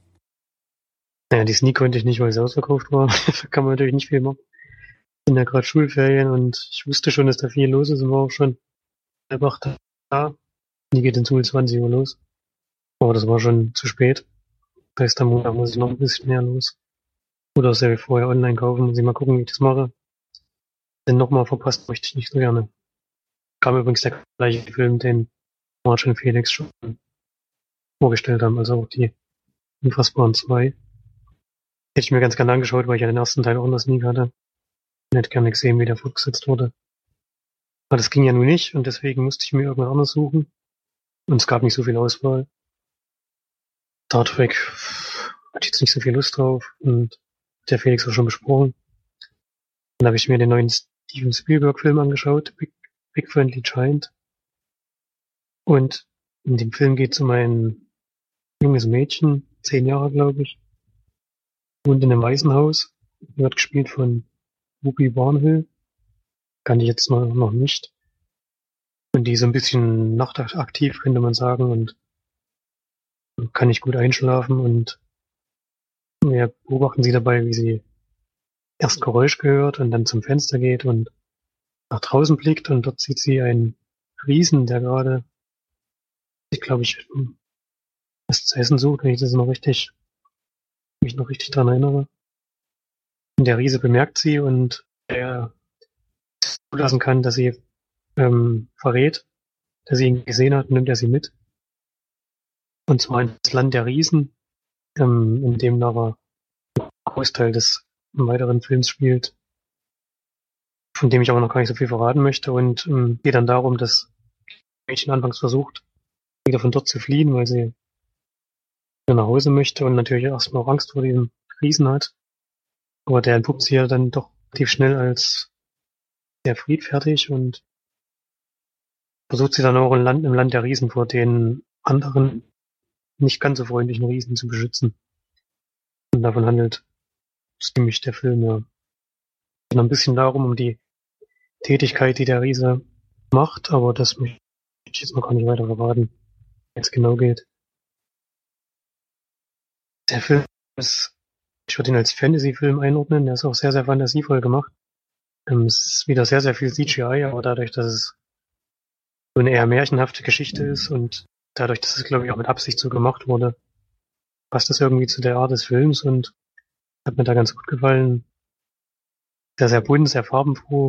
Ja, die Sneak konnte ich nicht, weil sie ausverkauft war. Da kann man natürlich nicht viel machen. Sind ja gerade Schulferien und ich wusste schon, dass da viel los ist und war auch schon halb acht da. Die geht in zweiundzwanzig Uhr los. Aber das war schon zu spät. Das heißt, am Montag muss ich noch ein bisschen mehr los. Oder sehr wie vorher online kaufen. Muss ich mal gucken, wie ich das mache. Den nochmal verpasst möchte ich nicht so gerne. Kam übrigens der gleiche Film, den Marge und Felix schon vorgestellt haben, also auch die Unfassbaren zwei. Hätte ich mir ganz gerne angeschaut, weil ich ja den ersten Teil auch noch nie hatte. Ich hätte gerne gesehen, wie der fortgesetzt wurde. Aber das ging ja nun nicht und deswegen musste ich mir irgendwas anderes suchen. Und es gab nicht so viel Auswahl. Star Trek hatte ich jetzt nicht so viel Lust drauf und der Felix auch schon besprochen. Dann habe ich mir den neuen Steven Spielberg-Film angeschaut, Big, Big Friendly Giant. Und in dem Film geht es um ein junges Mädchen, zehn Jahre glaube ich, wohnt in einem Waisenhaus, wird gespielt von Whoopi Barnhill. Kann ich jetzt noch, noch nicht. Und die ist so ein bisschen nachtaktiv, könnte man sagen, und kann nicht gut einschlafen, und wir beobachten sie dabei, wie sie erst Geräusch gehört und dann zum Fenster geht und nach draußen blickt, und dort sieht sie einen Riesen, der gerade, ich glaube, ich was zu essen sucht, wenn ich das noch richtig, mich noch richtig dran erinnere. Und der Riese bemerkt sie, und er zulassen kann, dass sie ähm, verrät, dass sie ihn gesehen hat, nimmt er sie mit. Und zwar ins Land der Riesen, ähm, in dem nachher ein Großteil des weiteren Films spielt, von dem ich aber noch gar nicht so viel verraten möchte, und ähm, geht dann darum, dass Mädchen anfangs versucht, wieder von dort zu fliehen, weil sie wieder nach Hause möchte und natürlich erstmal auch Angst vor diesem Riesen hat. Aber der entpuppt sich ja dann doch relativ schnell als sehr friedfertig und versucht sie dann auch im Land, im Land der Riesen vor den anderen nicht ganz so freundlichen Riesen zu beschützen. Und davon handelt ziemlich der Film, ja. Es geht noch ein bisschen darum, um die Tätigkeit, die der Riese macht, aber das möchte ich jetzt noch gar nicht weiter verraten, wie es genau geht. Der Film ist, ich würde ihn als Fantasy-Film einordnen, der ist auch sehr, sehr fantasievoll gemacht. Es ist wieder sehr, sehr viel C G I, aber dadurch, dass es so eine eher märchenhafte Geschichte ist und dadurch, dass es, glaube ich, auch mit Absicht so gemacht wurde, passt das irgendwie zu der Art des Films und hat mir da ganz gut gefallen. Sehr, sehr bunt, sehr farbenfroh.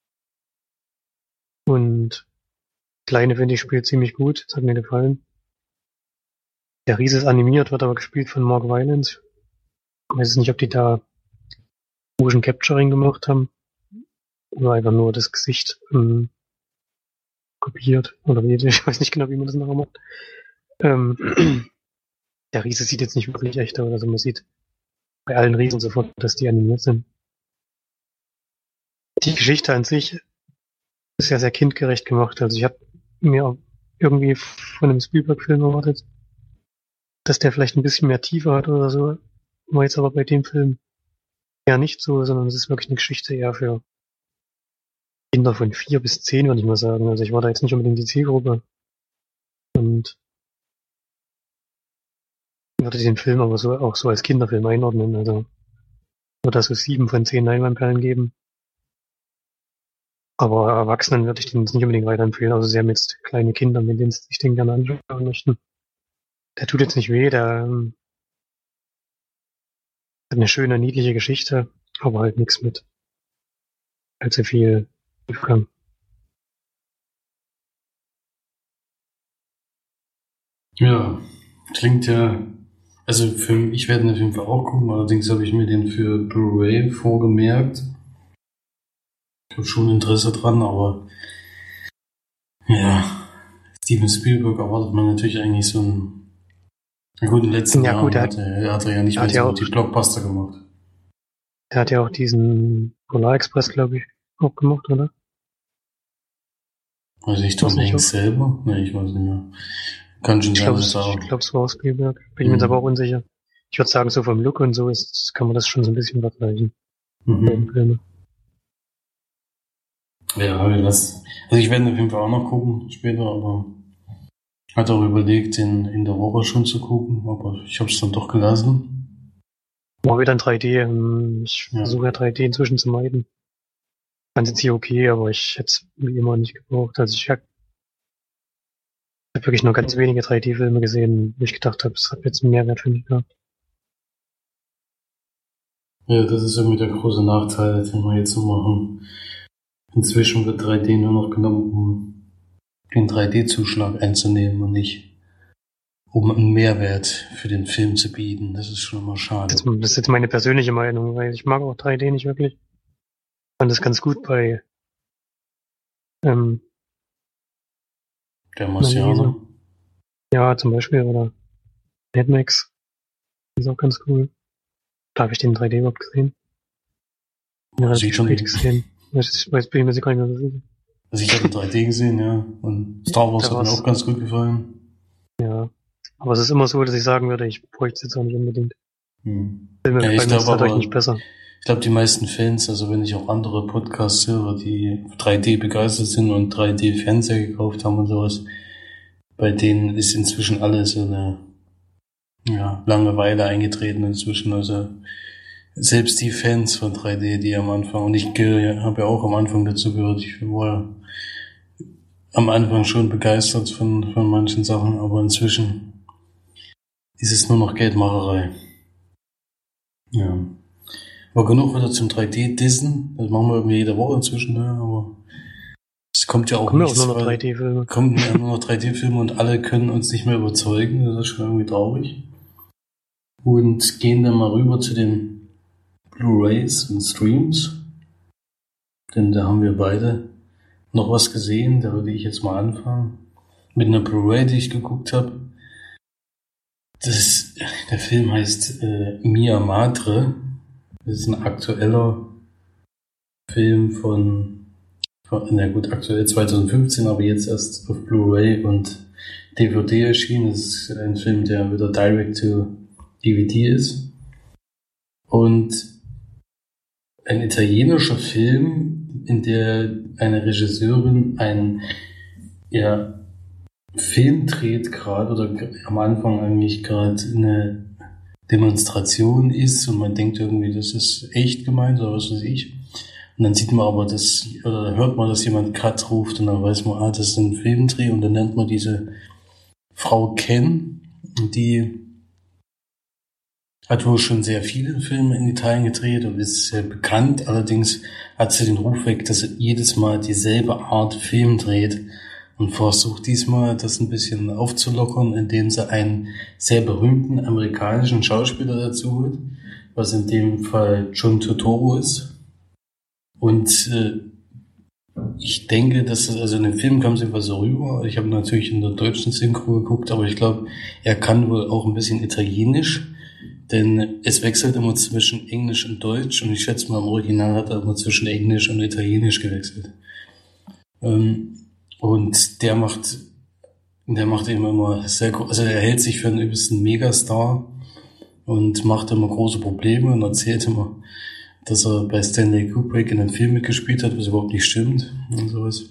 Und Kleine, finde ich, spielt ziemlich gut. Das hat mir gefallen. Der Riese ist animiert, wird aber gespielt von Mark Rylance. Ich weiß nicht, ob die da Motion Capturing gemacht haben. Oder einfach nur das Gesicht ähm, kopiert. Oder wie, ich weiß nicht genau, wie man das nachher macht. Ähm, der Riese sieht jetzt nicht wirklich echt aus. Also man sieht bei allen Riesen sofort, dass die animiert sind. Die Geschichte an sich ist ja sehr kindgerecht gemacht. Also ich habe mir irgendwie von einem Spielberg-Film erwartet, dass der vielleicht ein bisschen mehr Tiefe hat oder so. War jetzt aber bei dem Film eher nicht so, sondern es ist wirklich eine Geschichte eher für Kinder von vier bis zehn, würde ich mal sagen. Also ich war da jetzt nicht unbedingt die Zielgruppe. Und würde den Film aber so auch so als Kinderfilm einordnen. Also würde das so sieben von zehn Leinwandperlen geben. Aber Erwachsenen würde ich den jetzt nicht unbedingt weiterempfehlen. Also sie haben jetzt kleine Kinder, mit denen sie sich den gerne anschauen möchten. Der tut jetzt nicht weh, der ähm, hat eine schöne, niedliche Geschichte, aber halt nichts mit allzu viel Tiefgang. Ja, klingt ja, also für, ich werde den Film auch gucken, allerdings habe ich mir den für Blu-ray vorgemerkt. Ich habe schon Interesse dran, aber ja, Steven Spielberg erwartet man natürlich eigentlich so ein, na gut, in den letzten ja, Jahren gut, er hat er, hat er ja nicht mehr ja so auch, die Blockbuster gemacht. Er hat ja auch diesen Polar Express, glaube ich, auch gemacht, oder? Also nicht Tom Hanks selber? Ne, ich weiß nicht mehr. Kann schon sein, dass er auch. Ich glaube, es war Spielberg. Bin ich mir jetzt aber auch unsicher. Ich würde sagen, so vom Look und so ist, kann man das schon so ein bisschen vergleichen. Mhm. Ja, das, also ich werde auf jeden Fall auch noch gucken später, aber hatte auch überlegt, in, in der Woche schon zu gucken, aber ich habe es dann doch gelassen. War wieder in drei D. Ich ja. versuche ja drei D inzwischen zu meiden. Fand jetzt hier okay, aber ich hätte es wie immer nicht gebraucht. Also ich habe hab wirklich nur ganz wenige drei D-Filme gesehen, wo ich gedacht habe, es hat jetzt einen Mehrwert für mich gehabt. Ja, das ist irgendwie der große Nachteil, den wir jetzt so machen. Inzwischen wird drei D nur noch genommen, um den drei D-Zuschlag einzunehmen und nicht, um einen Mehrwert für den Film zu bieten. Das ist schon immer schade. Das, das ist jetzt meine persönliche Meinung, weil ich mag auch drei D nicht wirklich. Ich fand das ganz gut bei ähm, Der Marsianer. Ja, zum Beispiel, oder Mad Max. Ist auch ganz cool. Da habe ich den in drei D überhaupt gesehen. Ja, das ich schon gesehen. Ich weiß, bin ich mir gar nicht mehr so sicher. Also ich habe in drei D gesehen, ja. Und Star Wars hat mir auch ganz gut gefallen. Ja. Aber es ist immer so, dass ich sagen würde, ich bräuchte es jetzt auch nicht unbedingt. Hm. Filme ja, ich bei mir ist dadurch aber, nicht besser. ich glaube, die meisten Fans, also wenn ich auch andere Podcasts höre, die drei D begeistert sind und drei D Fernseher gekauft haben und sowas, bei denen ist inzwischen alles so eine ja, Langeweile eingetreten inzwischen. Also selbst die Fans von drei D, die am Anfang, und ich habe ja auch am Anfang dazu gehört, ich war am Anfang schon begeistert von, von manchen Sachen, aber inzwischen ist es nur noch Geldmacherei. Ja. Aber genug wieder zum drei D-Dissen. Das machen wir irgendwie jede Woche inzwischen, ne? Aber es kommt ja auch kommen nichts, auch nur noch weil- drei D-Filme. kommen ja nur noch drei D-Filme und alle können uns nicht mehr überzeugen. Das ist schon irgendwie traurig. Und gehen dann mal rüber zu den Blu-rays und Streams. Denn da haben wir beide noch was gesehen. Da würde ich jetzt mal anfangen. Mit einer Blu-ray, die ich geguckt habe. Das ist, der Film heißt äh, Mia Madre. Das ist ein aktueller Film von, von, na gut, aktuell zwanzig fünfzehn, aber jetzt erst auf Blu-ray und D V D erschienen. Das ist ein Film, der wieder direct to D V D ist. Und ein italienischer Film, in der eine Regisseurin einen ja, Film dreht gerade oder am Anfang eigentlich gerade eine Demonstration ist und man denkt irgendwie, das ist echt gemeint oder was weiß ich. Und dann sieht man aber, dass, oder hört man, dass jemand Cut ruft und dann weiß man, ah, das ist ein Filmdreh und dann lernt man diese Frau kennen und die hat wohl schon sehr viele Filme in Italien gedreht und ist sehr bekannt. Allerdings hat sie den Ruf weg, dass sie jedes Mal dieselbe Art Film dreht und versucht diesmal das ein bisschen aufzulockern, indem sie einen sehr berühmten amerikanischen Schauspieler dazu holt, was in dem Fall John Turturro ist. Und äh, ich denke, dass es, also in dem Film kam es einfach so rüber. Ich habe natürlich in der deutschen Synchro geguckt, aber ich glaube, er kann wohl auch ein bisschen Italienisch, denn es wechselt immer zwischen Englisch und Deutsch und ich schätze mal, im Original hat er immer zwischen Englisch und Italienisch gewechselt. Ähm, Und der macht, der macht eben immer sehr, also er hält sich für einen übelsten Megastar und macht immer große Probleme und erzählt immer, dass er bei Stanley Kubrick in einem Film mitgespielt hat, was überhaupt nicht stimmt und sowas.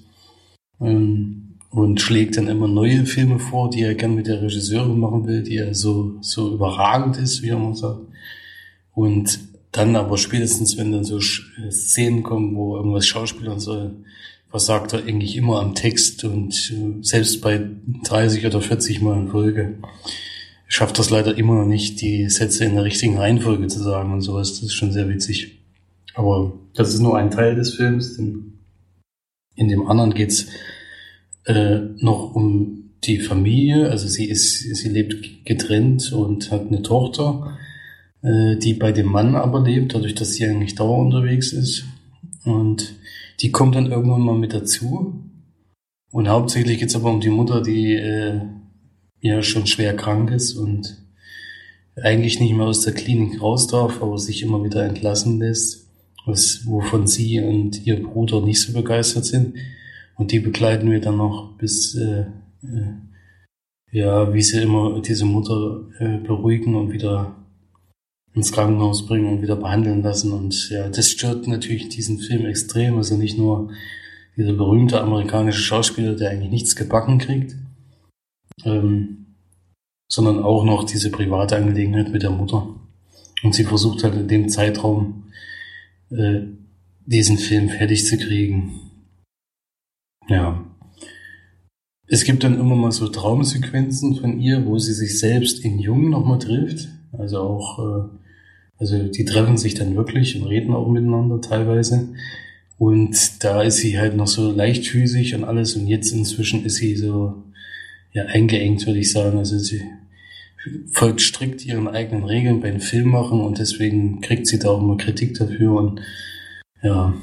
Und schlägt dann immer neue Filme vor, die er gern mit der Regisseurin machen will, die er so, so überragend ist, wie er mal sagt. Und dann aber spätestens, wenn dann so Szenen kommen, wo irgendwas schauspielern soll, versagt er eigentlich immer am Text und äh, selbst bei dreißig oder vierzig Mal in Folge schafft das leider immer noch nicht, die Sätze in der richtigen Reihenfolge zu sagen und sowas. Das ist schon sehr witzig. Aber das ist nur ein Teil des Films, denn in dem anderen geht's äh, noch um die Familie. Also sie ist, sie lebt getrennt und hat eine Tochter, äh, die bei dem Mann aber lebt, dadurch, dass sie eigentlich dauer unterwegs ist. Und die kommt dann irgendwann mal mit dazu. Und hauptsächlich geht's aber um die Mutter, die äh, ja schon schwer krank ist und eigentlich nicht mehr aus der Klinik raus darf, aber sich immer wieder entlassen lässt, was wovon sie und ihr Bruder nicht so begeistert sind. Und die begleiten wir dann noch bis, äh, äh, ja, wie sie immer diese Mutter äh, beruhigen und wieder ins Krankenhaus bringen und wieder behandeln lassen. Und ja, das stört natürlich diesen Film extrem. Also nicht nur dieser berühmte amerikanische Schauspieler, der eigentlich nichts gebacken kriegt, ähm, sondern auch noch diese private Angelegenheit mit der Mutter. Und sie versucht halt in dem Zeitraum äh, diesen Film fertig zu kriegen. Ja. Es gibt dann immer mal so Traumsequenzen von ihr, wo sie sich selbst in Jung nochmal trifft. Also auch, äh, also die treffen sich dann wirklich und reden auch miteinander teilweise. Und da ist sie halt noch so leichtfüßig und alles. Und jetzt inzwischen ist sie so, ja, eingeengt, würde ich sagen. Also sie folgt strikt ihren eigenen Regeln beim Filmmachen und deswegen kriegt sie da auch immer Kritik dafür. Und ja,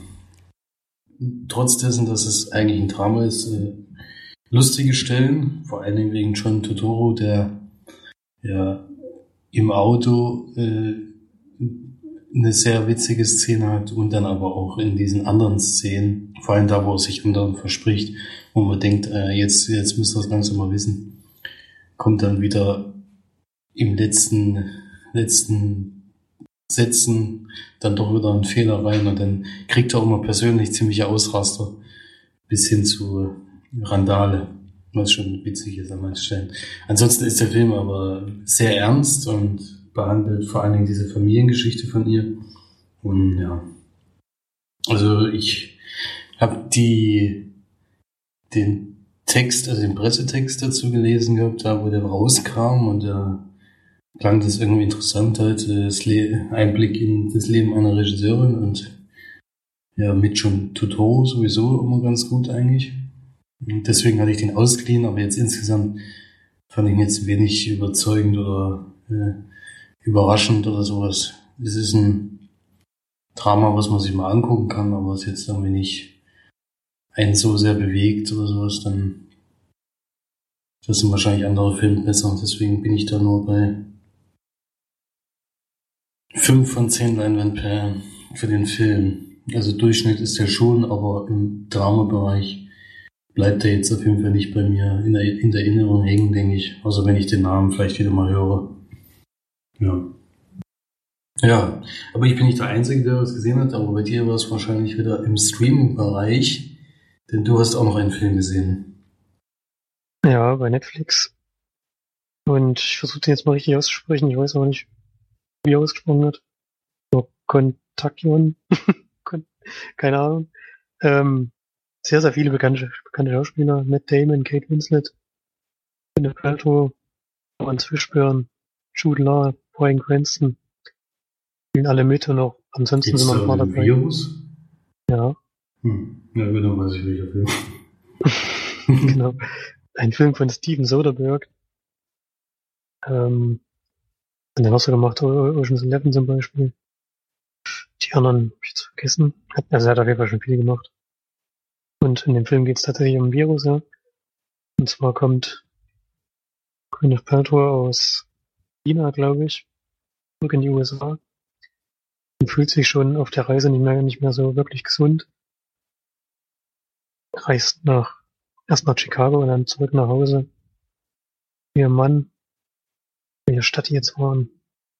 trotz dessen, dass es eigentlich ein Drama ist, äh, lustige Stellen, vor allen Dingen wegen John Turturro, der ja im Auto äh, eine sehr witzige Szene hat und dann aber auch in diesen anderen Szenen, vor allem da, wo er sich anderen verspricht, wo man denkt, äh, jetzt, jetzt müsst ihr das langsam mal wissen, kommt dann wieder im letzten, letzten setzen dann doch wieder einen Fehler rein und dann kriegt er auch immer persönlich ziemliche Ausraster bis hin zu Randale, was schon witzig ist an manchen Stellen. Ansonsten ist der Film aber sehr ernst und behandelt vor allen Dingen diese Familiengeschichte von ihr. Und ja, also ich habe die den Text, also den Pressetext dazu gelesen gehabt, da wo der rauskam und da klang das irgendwie interessant, halt das Le- Einblick in das Leben einer Regisseurin und ja, mit John Turturro sowieso immer ganz gut eigentlich. Und deswegen hatte ich den ausgeliehen, aber jetzt insgesamt fand ich ihn jetzt wenig überzeugend oder äh, überraschend oder sowas. Es ist ein Drama, was man sich mal angucken kann, aber es jetzt irgendwie nicht einen so sehr bewegt oder sowas, dann das sind wahrscheinlich andere Filme besser und deswegen bin ich da nur bei fünf von zehn Leinwandperlen für den Film. Also Durchschnitt ist der schon, aber im Dramabereich bleibt er jetzt auf jeden Fall nicht bei mir in der, in der Erinnerung hängen, denke ich. Außer wenn ich den Namen vielleicht wieder mal höre. Ja. Ja, aber ich bin nicht der Einzige, der was gesehen hat, aber bei dir war es wahrscheinlich wieder im Streaming-Bereich, denn du hast auch noch einen Film gesehen. Ja, bei Netflix. Und ich versuche den jetzt mal richtig auszusprechen. Ich weiß aber nicht, wie er ausgesprochen wird. So, Kontakion. Keine Ahnung. Ähm, sehr, sehr viele bekannte, bekannte Schauspieler. Matt Damon, Kate Winslet, Gwyneth Paltrow, Lawrence Fishburne, Jude Law, Bryan Cranston. Spielen alle mit und auch ansonsten Geht's sind noch ein paar da um den dabei. Virus? Ja. Hm. Ja, genau, weiß ich welcher Film. Genau. Ein Film von Steven Soderbergh. Ähm, und der hat so gemacht, Ocean's Eleven zum Beispiel. Die anderen hab ich jetzt vergessen. Also er hat auf jeden Fall schon viel gemacht. Und in dem Film geht es tatsächlich um ein Virus, ja. Und zwar kommt Gwyneth Paltrow aus China, glaube ich, zurück in die U S A. Und fühlt sich schon auf der Reise nicht mehr, nicht mehr so wirklich gesund. Reist nach, erst nach Chicago und dann zurück nach Hause. Ihr Mann, welche Stadt die jetzt waren.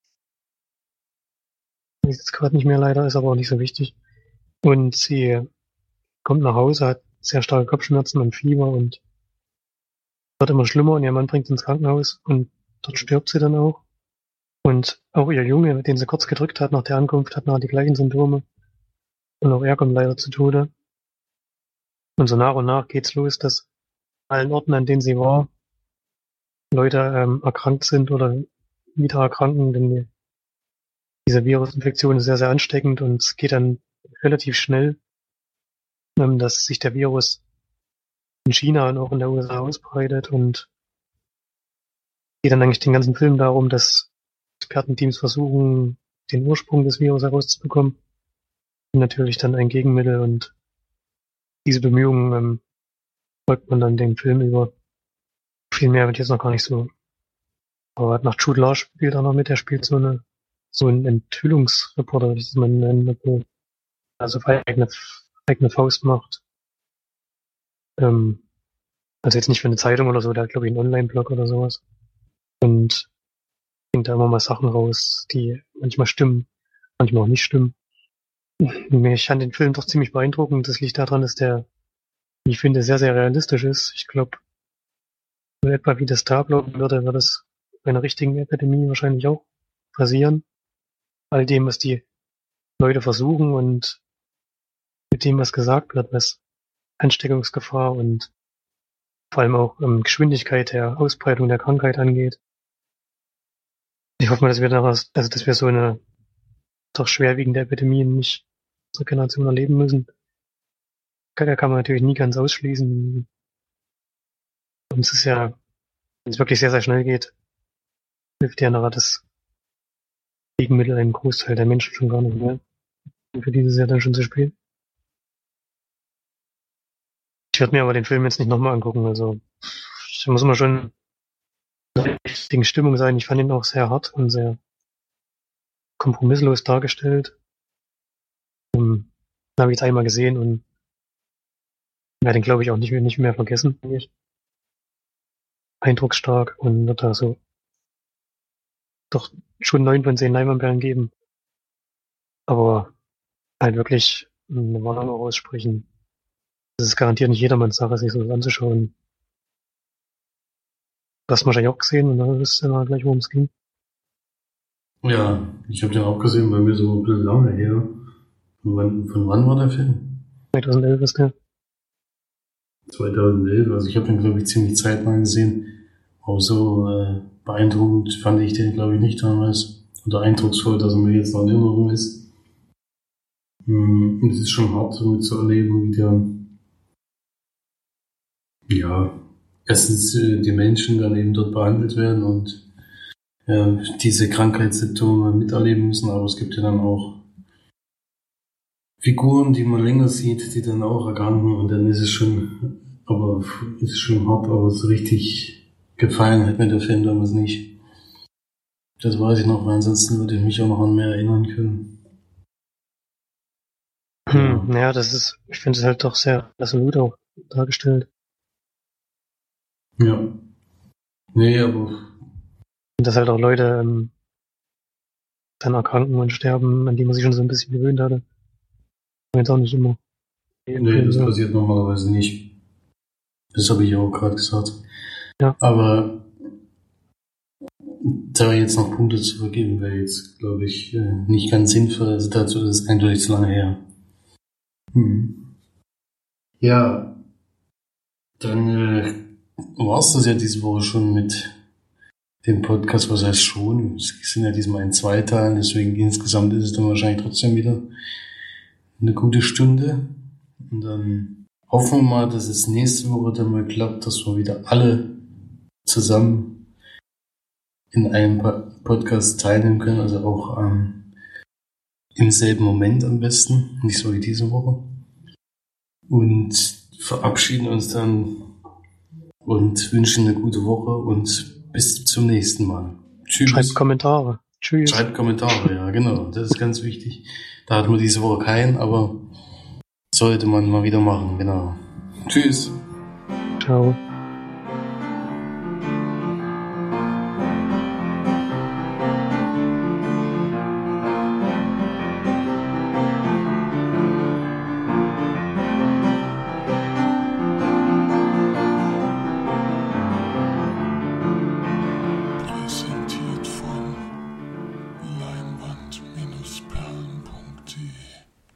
Weiß jetzt gerade nicht mehr leider, ist aber auch nicht so wichtig. Und sie kommt nach Hause, hat sehr starke Kopfschmerzen und Fieber und wird immer schlimmer und ihr Mann bringt sie ins Krankenhaus und dort stirbt sie dann auch. Und auch ihr Junge, den sie kurz gedrückt hat nach der Ankunft, hat nachher die gleichen Symptome. Und auch er kommt leider zu Tode. Und so nach und nach geht's los, dass an allen Orten, an denen sie war, Leute ähm, erkrankt sind oder wieder erkranken, denn die, diese Virusinfektion ist sehr, sehr ansteckend und es geht dann relativ schnell, ähm, dass sich der Virus in China und auch in der U S A ausbreitet und geht dann eigentlich den ganzen Film darum, dass Expertenteams versuchen, den Ursprung des Virus herauszubekommen und natürlich dann ein Gegenmittel und diese Bemühungen ähm, folgt man dann den Film über. Viel mehr wird jetzt noch gar nicht so. Aber nach Jude Law spielt er noch mit, der spielt so eine so ein Enthüllungsreporter, wie es man nennt, also eigene, eigene Faust macht. Ähm, also jetzt nicht für eine Zeitung oder so, der hat glaube ich einen Online-Blog oder sowas. Und bringt da immer mal Sachen raus, die manchmal stimmen, manchmal auch nicht stimmen. Ich fand den Film doch ziemlich beeindruckend. Das liegt daran, dass der, wie ich finde, sehr, sehr realistisch ist. Ich glaube, so etwa wie das da ablaufen würde, würde es bei einer richtigen Epidemie wahrscheinlich auch passieren. All dem, was die Leute versuchen und mit dem, was gesagt wird, was Ansteckungsgefahr und vor allem auch ähm, Geschwindigkeit der Ausbreitung der Krankheit angeht. Ich hoffe mal, dass wir daraus, also dass wir so eine doch schwerwiegende Epidemie nicht unsere Generation erleben müssen. Da kann man natürlich nie ganz ausschließen. Und es ist ja, wenn es wirklich sehr, sehr schnell geht, hilft ja nachher das Gegenmittel einem Großteil der Menschen schon gar nicht mehr. Und für dieses Jahr dann schon zu spät. Ich werde mir aber den Film jetzt nicht nochmal angucken. Also ich muss immer schon in der richtigen Stimmung sein. Ich fand ihn auch sehr hart und sehr kompromisslos dargestellt. Um, den habe ich jetzt einmal gesehen und werde den, glaube ich, auch nicht mehr, nicht mehr vergessen. Eindrucksstark und wird da so doch schon neun von zehn Leinwandperlen geben. Aber halt wirklich eine Warnung aussprechen. Das ist garantiert nicht jedermanns Sache, sich so anzuschauen. Du hast wahrscheinlich auch gesehen und dann wisst ihr mal gleich, worum es ging. Ja, ich habe den auch gesehen, bei mir so ein bisschen lange her. Von wann, von wann war der Film? zweitausendelf ist der. zweitausendelf, also ich habe den, glaube ich, ziemlich zeitnah gesehen. Aber so äh, beeindruckend fand ich den, glaube ich, nicht damals. Oder eindrucksvoll, dass er mir jetzt noch in Erinnerung ist. Mm, und es ist schon hart, so mitzuerleben, wie der, ja, erstens äh, die Menschen dann eben dort behandelt werden und ja, diese Krankheitssymptome miterleben müssen, aber es gibt ja dann auch Figuren, die man länger sieht, die dann auch erkranken und dann ist es schon, aber ist schon hart, aber so richtig gefallen hat mir der Film damals nicht. Das weiß ich noch, weil ansonsten würde ich mich auch noch an mehr erinnern können. Hm, ja, das ist, ich finde es halt doch sehr resolut auch dargestellt. Ja. Nee, aber Und dass halt auch Leute ähm, dann erkranken und sterben, an die man sich schon so ein bisschen gewöhnt hatte. Aber jetzt auch nicht immer. nee, das passiert normalerweise nicht. Das habe ich auch gerade gesagt. Ja. Aber da jetzt noch Punkte zu vergeben, wäre jetzt, glaube ich, nicht ganz sinnvoll. Also dazu ist es eindeutig zu lange her. Hm. Ja, dann äh, war es das ja diese Woche schon mit dem Podcast. Was heißt schon? Es sind ja diesmal in zwei Teilen, deswegen insgesamt ist es dann wahrscheinlich trotzdem wieder eine gute Stunde. Und dann hoffen wir mal, dass es nächste Woche dann mal klappt, dass wir wieder alle zusammen in einem Podcast teilnehmen können, also auch ähm, im selben Moment am besten, nicht so wie diese Woche. Und verabschieden uns dann und wünschen eine gute Woche und bis zum nächsten Mal. Tschüss. Schreibt Kommentare. Tschüss. Schreibt Kommentare, ja, genau. Das ist ganz wichtig. Da hatten wir diese Woche keinen, aber sollte man mal wieder machen, genau. Tschüss. Ciao.